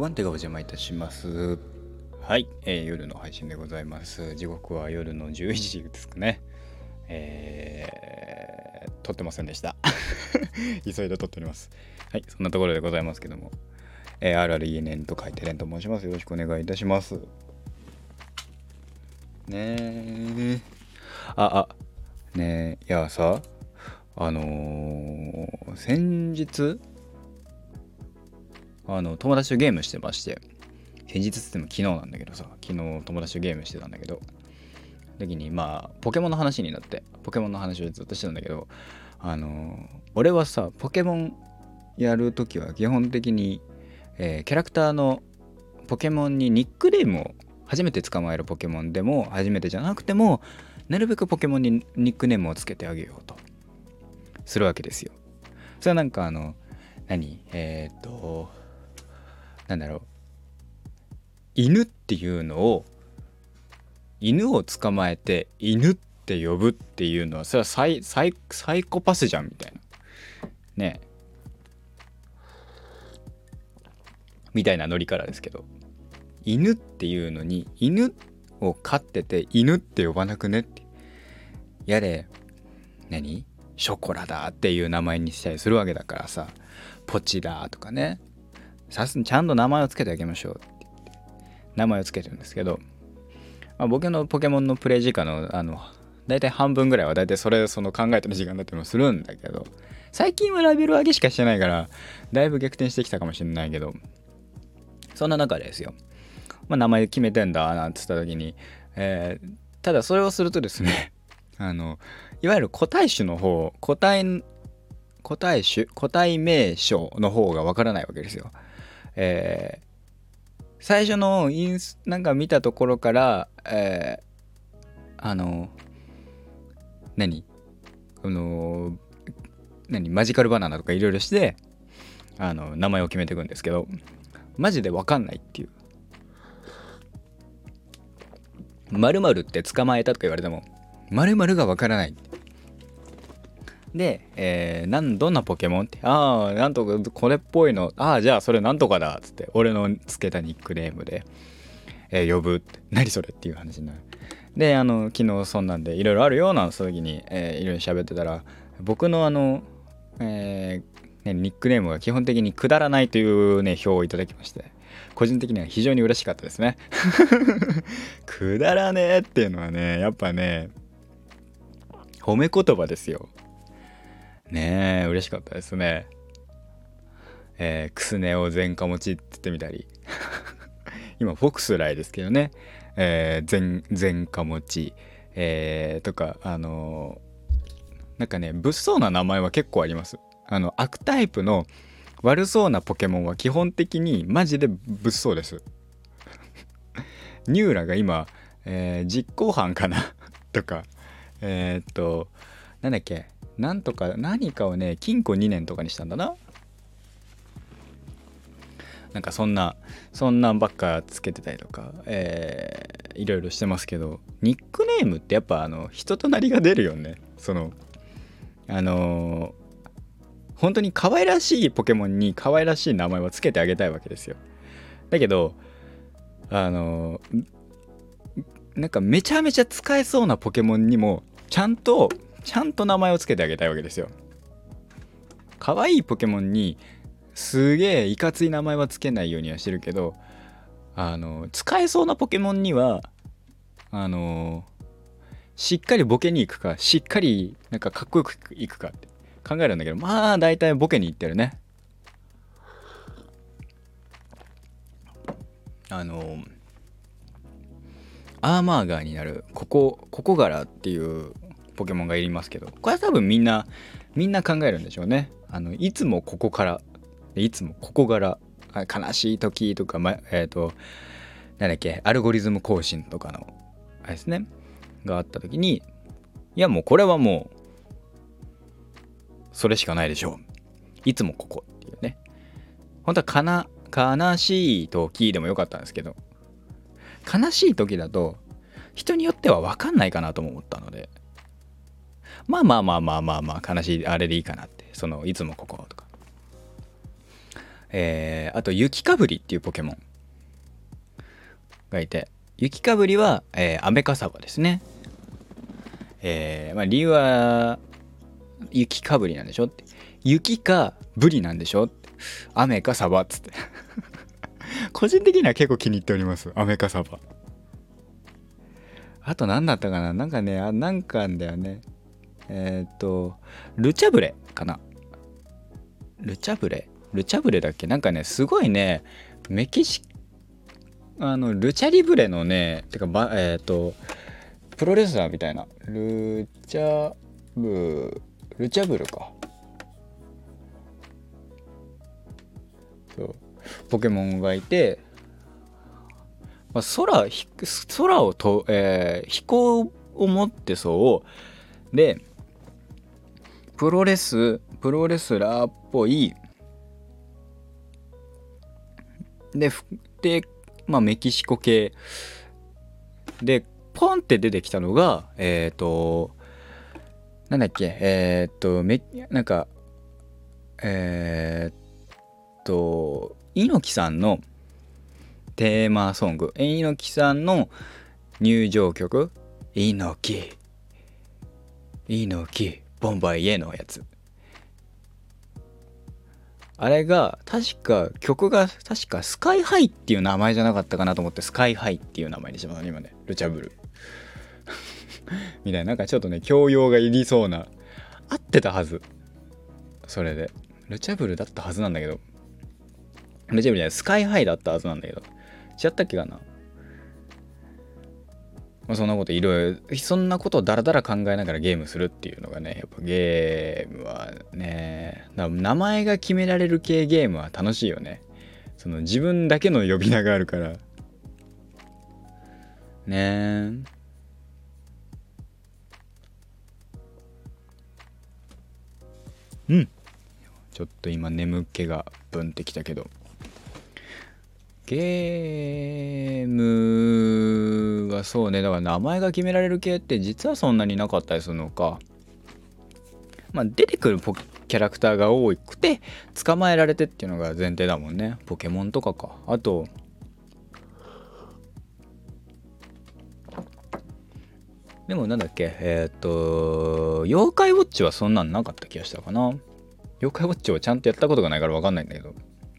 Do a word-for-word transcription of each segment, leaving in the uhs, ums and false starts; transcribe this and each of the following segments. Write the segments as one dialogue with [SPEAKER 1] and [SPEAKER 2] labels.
[SPEAKER 1] んでがお邪魔いたします。はい、えー、夜の配信でございます。時刻は夜のじゅういちじですかね。えー、撮ってませんでした。急いで撮っております。はい、そんなところでございますけども、えー、アールアールイーエヌエヌ と書いてレンと申します。よろしくお願いいたします。ねえ。あ、あ、ねえ、いやさ、あのー、先日、あの友達とゲームしてまして、先日っつっても昨日なんだけどさ、昨日友達とゲームしてたんだけど、時にまあポケモンの話になって、ポケモンの話をずっとしてたんだけど、あの俺はさ、ポケモンやるときは基本的に、えーキャラクターのポケモンにニックネームを、初めて捕まえるポケモンでも初めてじゃなくても、なるべくポケモンにニックネームをつけてあげようとするわけですよ。それはなんかあの何えーっとなんだろう、犬っていうのを、犬を捕まえて犬って呼ぶっていうのは、それはサイサイサイコパスじゃんみたいなね、みたいなノリからですけど、犬っていうのに、犬を飼ってて犬って呼ばなくねって、やれ何ショコラだっていう名前にしたりするわけだからさ、ポチだとかね、さすちゃんと名前をつけてあげましょうって言って名前をつけてるんですけど、まあ、僕のポケモンのプレイ時間のあのだいたい半分ぐらいはだいたいそれその考えてる時間だったりもするんだけど、最近はレベル上げしかしてないからだいぶ逆転してきたかもしれないけど、そんな中ですよ、まあ、名前決めてんだなんて言った時に、えー、ただそれをするとですねあのいわゆる個体種の方、個体個体種個体名称の方がわからないわけですよ。えー最初のインスなんか見たところから、えー、あの何この何マジカルバナナとかいろいろして、あの名前を決めていくんですけど、マジで分かんないっていう。〇〇って捕まえたとか言われても〇〇が分からない。で、えー、なんどんなポケモンって、ああなんとかこれっぽいの、ああじゃあそれなんとかだっつって俺のつけたニックネームで、えー、呼ぶって、何それっていう話になる。で、あの昨日そんなんでいろいろあるような、その時に、えー、いろいろ喋ってたら、僕のあの、えーね、ニックネームが基本的にくだらないというね表をいただきまして、個人的には非常に嬉しかったですね。くだらねえっていうのはね、やっぱね褒め言葉ですよね。え嬉しかったですね。えー、クスネを全科持ちって言ってみたり今フォクスライですけどね、えー、全全科持ち、えー、とか、あのー、なんかね物騒な名前は結構あります。あの悪タイプの悪そうなポケモンは基本的にマジで物騒です。ニューラが今、えー、実行犯かなとか、えー、っとなんだっけ、なんとか何かをね禁錮にねんとかにしたんだな。なんかそんなそんなんばっかつけてたりとか、えー、いろいろしてますけど、ニックネームってやっぱあの人となりが出るよね。そのあのー、本当に可愛らしいポケモンに可愛らしい名前をつけてあげたいわけですよ。だけどあのー、なんかめちゃめちゃ使えそうなポケモンにもちゃんとちゃんと名前をつけてあげたいわけですよ。可愛いポケモンにすげえいかつい名前はつけないようにはしてるけど、あの使えそうなポケモンにはあのしっかりボケに行くか、しっかりなんかかっこよく行くかって考えるんだけど、まあ大体ボケに行ってるね。あのアーマーガーになるここここ柄っていうポケモンがいますけど、これは多分みんなみんな考えるんでしょうね。あのいつもここからいつもここ柄、悲しい時とか、ま、えっ、ー、となんだっけ、アルゴリズム更新とかのあれですねがあった時に、いやもうこれはもうそれしかないでしょう、いつもここっていうね。本当はかな悲しい時でもよかったんですけど、悲しい時だと人によっては分かんないかなとも思ったので、まあまあまあまあまあまあ悲しいあれでいいかなって、そのいつもこことかえー、あと雪かぶりっていうポケモンがいて、雪かぶりは、えー、アメカサバですね。えー、まあ理由は雪かぶりなんでしょって、雪かブリなんでしょって、雨かサバっつって個人的には結構気に入っております、雨かサバ。あと何だったかな、なんかね、あなんかあんだよね、えー、っとルチャブレかな、ルチャブレルチャブレだっけ、なんかねすごいね、メキシあのルチャリブレのね、てかばえー、っとプロレスラーみたいな、ルチャブルチャブルか、そうポケモンがいて、まあ、空空をと、えー、飛行を持ってそうで、プロレスプロレスラーっぽいで、でまあメキシコ系で、ポンって出てきたのがえっ、ー、となんだっけ、えっ、ー、とめなんかえっ、ー、と猪木さんのテーマソング、猪木さんの入場曲、猪木猪木ボンバイへのやつ、あれが確か曲が確かスカイハイっていう名前じゃなかったかなと思って、スカイハイっていう名前にします今ね、ルチャブルみたいな、なんかちょっとね教養がいりそうな、合ってたはず、それでルチャブルだったはずなんだけど、ルチャブルじゃないスカイハイだったはずなんだけど、違ったっけかな、まあ、そんなこといろいろ、そんなことをダラダラ考えながらゲームするっていうのがね、やっぱゲームはね、名前が決められる系ゲームは楽しいよね。その自分だけの呼び名があるからねえ。うん、ちょっと今眠気がブンってきたけど、ゲームはそうね、だから名前が決められる系って実はそんなになかったりするのか。まあ出てくるポキャラクターが多くて捕まえられてっていうのが前提だもんね。ポケモンとかか。あとでもなんだっけ、えっと妖怪ウォッチはそんなんなかった気がしたかな。妖怪ウォッチをちゃんとやったことがないから分かんないんだけど、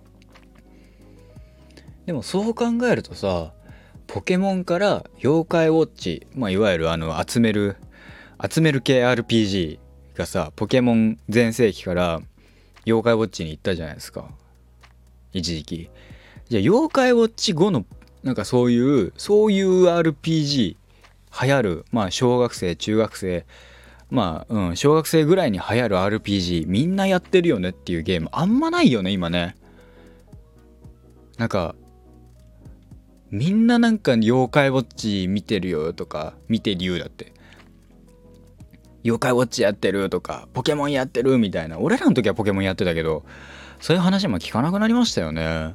[SPEAKER 1] でもそう考えるとさ、ポケモンから妖怪ウォッチ、まあいわゆるあの集める集める系 アールピージー がさ、ポケモン全盛期から妖怪ウォッチに行ったじゃないですか、一時期。じゃあ妖怪ウォッチ後のなんかそういうそういう アールピージー 流行る、まあ小学生中学生、まあうん小学生ぐらいに流行る アールピージー みんなやってるよねっていうゲームあんまないよね今ね。なんかみんななんか妖怪ウォッチ見てるよとか、見てるよだって妖怪ウォッチやってるとかポケモンやってるみたいな、俺らの時はポケモンやってたけどそういう話も聞かなくなりましたよね。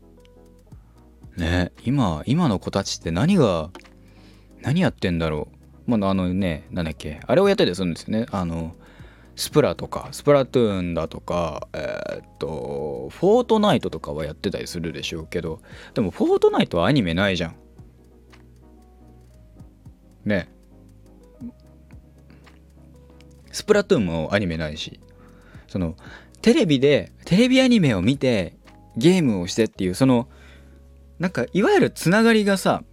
[SPEAKER 1] ね、今今の子たちって何が何やってんだろう。まああのね、なんだっけ、あれをやったりするんですよね。あのスプラとかスプラトゥーンだとか、えー、っとフォートナイトとかはやってたりするでしょうけど、でもフォートナイトはアニメないじゃんね。スプラトゥーンもアニメないし、そのテレビでテレビアニメを見てゲームをしてっていう、そのなんかいわゆるつながりがさ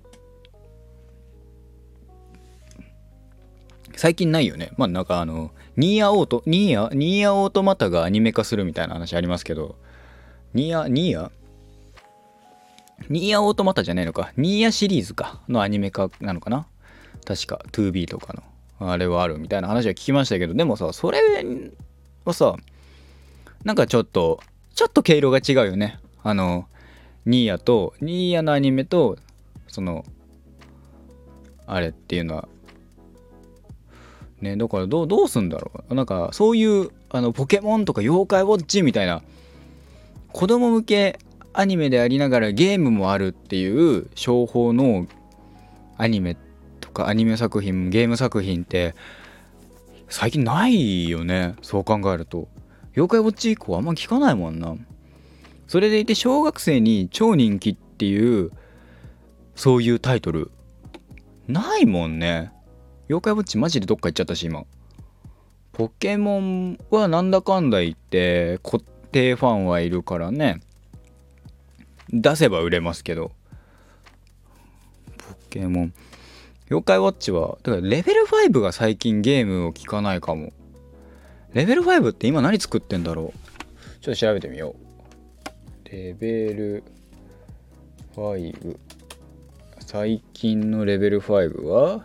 [SPEAKER 1] 最近ないよね。まあなんかあのニーヤオートニーヤニーヤオートマタがアニメ化するみたいな話ありますけど、ニーヤニーヤニーヤオートマタじゃないのか、ニーヤシリーズかのアニメ化なのかな、確か ツービー とかのあれはあるみたいな話は聞きましたけど、でもさそれはさなんかちょっとちょっと毛色が違うよね。あのニーヤとニーヤのアニメとそのあれっていうのはね、だからどうどうすんだろう。なんかそういうあのポケモンとか妖怪ウォッチみたいな子供向けアニメでありながらゲームもあるっていう商法のアニメとかアニメ作品ゲーム作品って最近ないよね。そう考えると妖怪ウォッチ以降あんま聞かないもんな。 それでいて小学生に超人気っていうそういうタイトルないもんね。妖怪ウォッチマジでどっか行っちゃったし今。ポケモンはなんだかんだ言って固定ファンはいるからね、出せば売れますけど、ポケモン妖怪ウォッチはだからレベルファイブが最近ゲームを聞かないかも。レベルファイブって今何作ってんだろう。ちょっと調べてみよう。レベルファイブ、最近のレベルファイブは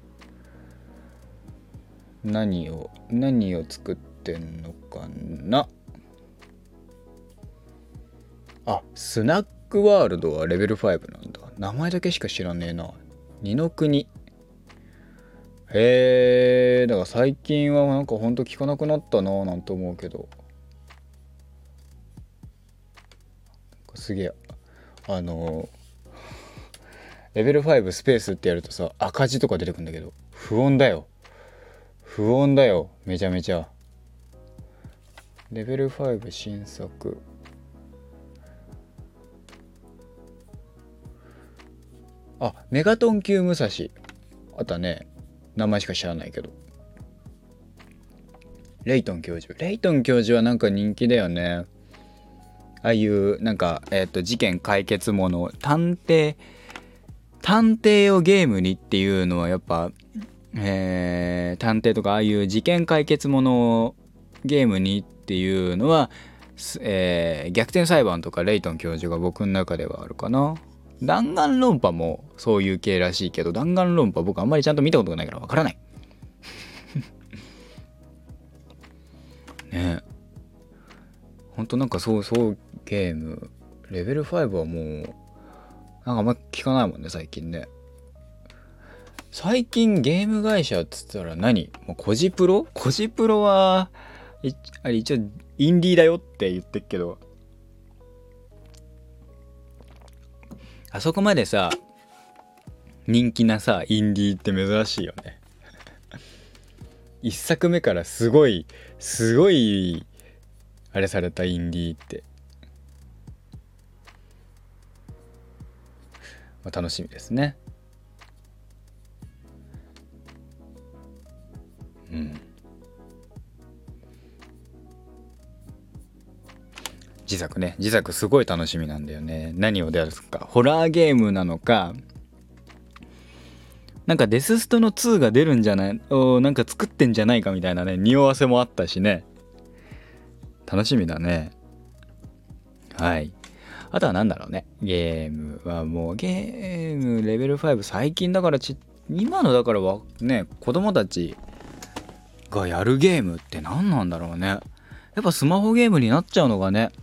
[SPEAKER 1] 何を何を作ってんのかな。あ、スナックワールドはレベルファイブなんだ。名前だけしか知らねえな。二の国。へえ、だから最近はなんかほんと聞かなくなったなぁなんて思うけど、すげえあのレベルファイブスペースってやるとさ、赤字とか出てくるんだけど、不穏だよ不穏だよめちゃめちゃ。レベルファイブ新作、あ、メガトン級武蔵あったね。名前しか知らないけど。レイトン教授レイトン教授はなんか人気だよね。ああいうなんかえっと事件解決もの、探偵探偵をゲームにっていうのはやっぱ、えー、探偵とかああいう事件解決ものをゲームにっていうのは、えー、逆転裁判とかレイトン教授が僕の中ではあるかな。弾丸論破もそういう系らしいけど、弾丸論破僕あんまりちゃんと見たことがないからわからないね。ほんとなんかそうそうゲームレベルファイブはもうなんかあんま聞かないもんね最近ね。最近ゲーム会社っつったら何、もうコジプロコジプロはあれ一応インディーだよって言ってっけど、あそこまでさ人気なさインディーって珍しいよね一作目からすごいすごいあれされたインディーって、まあ、楽しみですね。うん。自作ね、自作すごい楽しみなんだよね。何を出すか、ホラーゲームなのか、なんかデスストのツーが出るんじゃない、おなんか作ってんじゃないかみたいなね匂わせもあったしね、楽しみだね。はい。あとはなんだろうね、ゲームはもうゲームレベルファイブ最近だからち今のだからはね、子供たちがやるゲームって何なんだろうね。やっぱスマホゲームになっちゃうのがね。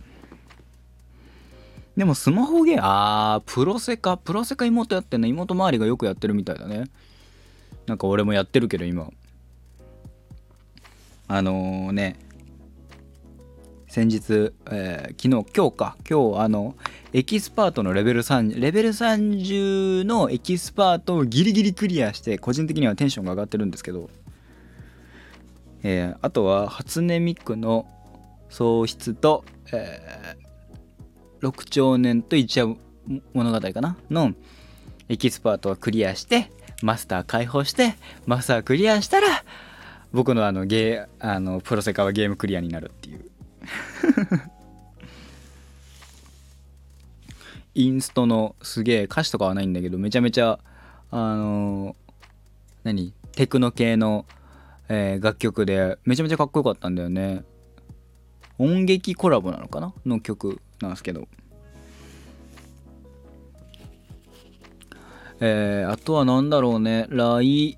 [SPEAKER 1] でもスマホゲーム、あープロセカプロセカ妹やってんの、妹周りがよくやってるみたいだね。なんか俺もやってるけど今あのー、ね先日、えー、昨日今日か今日あのエキスパートのレベルさんじゅうレベルさんじゅうのエキスパートをギリギリクリアして、個人的にはテンションが上がってるんですけど、えー、あとは初音ミクの喪失と、えー、ろく兆年と一夜物語かなのエキスパートをクリアして、マスター解放して、マスタークリアしたら僕のあのゲーあのプロセカはゲームクリアになるっていうインストのすげえ歌詞とかはないんだけど、めちゃめちゃあのー、何テクノ系の、えー、楽曲でめちゃめちゃかっこよかったんだよね。音劇コラボなのかなの曲なんですけど、えー、あとはなんだろうね、ライ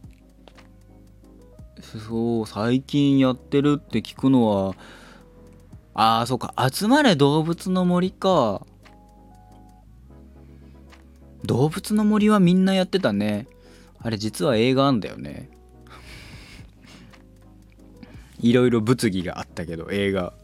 [SPEAKER 1] そう最近やってるって聞くのは、あーそうか、集まれ動物の森か。動物の森はみんなやってたね。あれ実は映画あんだよね。いろいろ物議があったけど映画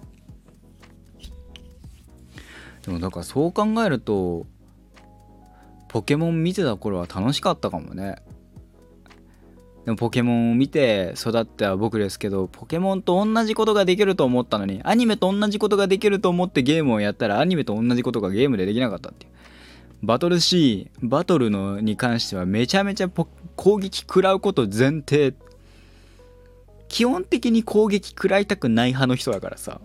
[SPEAKER 1] でもだからそう考えるとポケモン見てた頃は楽しかったかもね。 でもポケモンを見て育った僕ですけど、ポケモンと同じことができると思ったのに、アニメと同じことができると思ってゲームをやったら、アニメと同じことがゲームでできなかったっていう。バトルシーン、バトルのに関してはめちゃめちゃ攻撃食らうこと前提。基本的に攻撃食らいたくない派の人だからさ。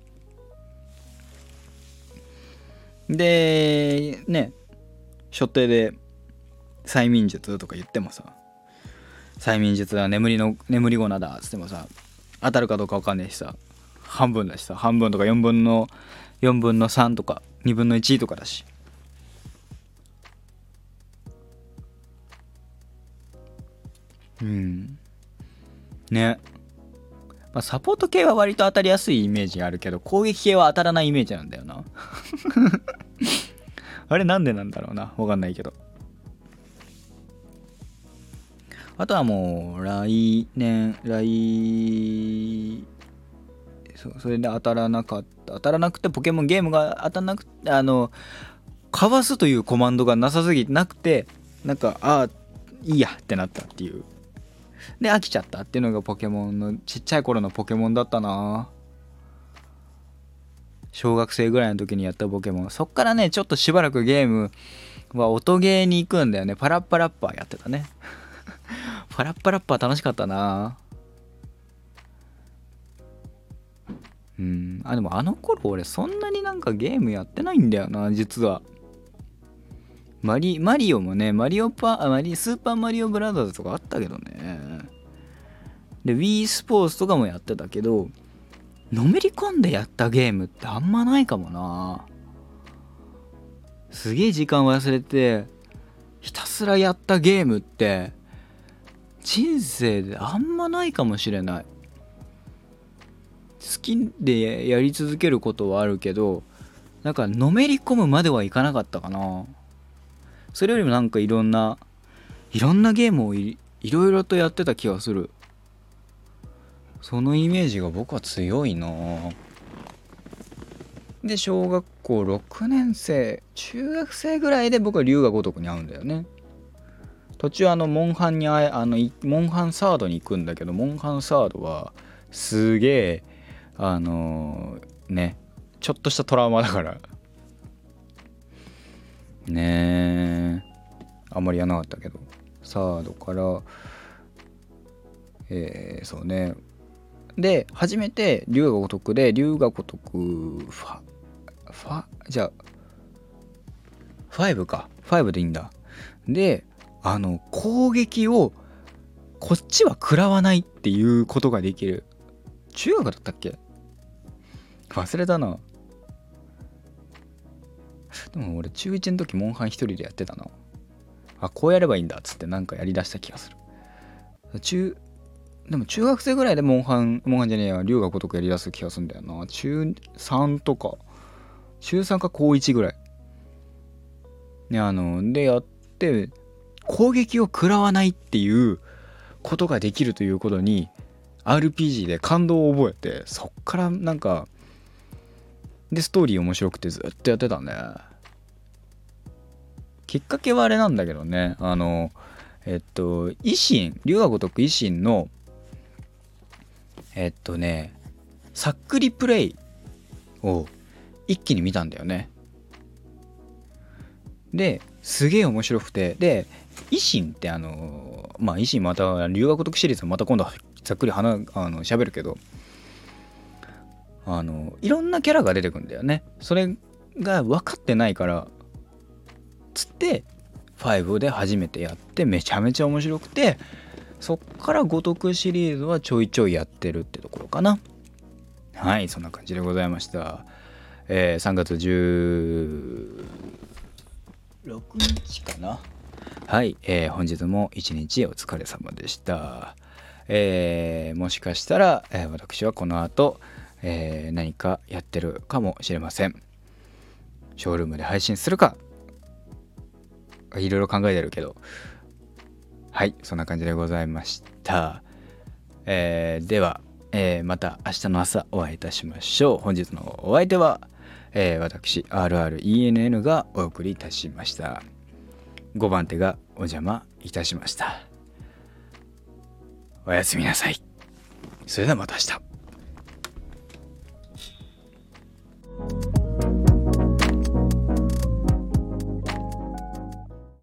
[SPEAKER 1] でね、初手で催眠術とか言ってもさ、催眠術は眠りの眠り粉だっつってもさ、当たるかどうか分かんないしさ、半分だしさ、半分とかよんぶんのよんぶんのさんとかにぶんのいちとかだし、うんね、まあ、サポート系は割と当たりやすいイメージあるけど、攻撃系は当たらないイメージなんだよな。あれなんでなんだろうな、わかんないけど。あとはもう来年来 そ, それで当たらなかった当たらなくて、ポケモンゲームが当たらなくて、あのかわすというコマンドがなさすぎなくて、なんかああいいやってなったっていう、で飽きちゃったっていうのがポケモンのちっちゃい頃のポケモンだったな。小学生ぐらいの時にやったポケモン。そっからねちょっとしばらくゲームは音ゲーに行くんだよね。パラッパラッパーやってたね。パラッパラッパー楽しかったな。うんあでもあの頃俺そんなになんかゲームやってないんだよな実は。マリマリオもね、マリオパマリスーパーマリオブラザーズとかあったけどね。で Wii スポーツとかもやってたけど、のめり込んでやったゲームってあんまないかもな。すげえ時間忘れてひたすらやったゲームって人生であんまないかもしれない。好きでやり続けることはあるけど、なんかのめり込むまではいかなかったかな。それよりもなんかいろんないろんなゲームを い, いろいろとやってた気がする。そのイメージが僕は強いな。で小学校ろくねん生中学生ぐらいで僕は龍が如くに会うんだよね。途中あのモンハンにああのモンハンサードに行くんだけど、モンハンサードはすげえあのー、ねちょっとしたトラウマだからねえあんまりやらなかったけど、サードからえー、そうね。で初めて龍が如くで、龍が如くファファじゃあごかごでいいんだ。であの攻撃をこっちは食らわないっていうことができる。中学だったっけ忘れたな。でも俺中いちの時モンハン一人でやってたな。あこうやればいいんだっつってなんかやりだした気がする。中でも中学生ぐらいでモンハンモンハンじゃねえや龍が如くやりだす気がするんだよな。中さんとか中さんか高いちぐらいね、あのでやって攻撃を食らわないっていうことができるということに アールピージー で感動を覚えて、そっからなんかでストーリー面白くてずっとやってたね。きっかけはあれなんだけどね、あのえっと維新龍が如く維新のえっとねさっくりプレイを一気に見たんだよね。ですげえ面白くて、で維新ってあのまあ維新また龍が如くシリーズはまた今度はざっくり話あの喋るけど、あのいろんなキャラが出てくるんだよね。それが分かってないからつってごで初めてやってめちゃめちゃ面白くて、そっから如くシリーズはちょいちょいやってるってところかな。はいそんな感じでございました。えー、さんがつじゅうろくにちかな。はい、えー、本日も一日お疲れ様でした。えー、もしかしたら、えー、私はこの後、えー、何かやってるかもしれません。ショールームで配信するかいろいろ考えてるけど、はいそんな感じでございました。えー、では、えー、また明日の朝お会いいたしましょう。本日のお相手は、えー、私 アールアールイーエヌエヌ がお送りいたしました。ごばん手がお邪魔いたしました。 おやすみなさい。それではまた明日。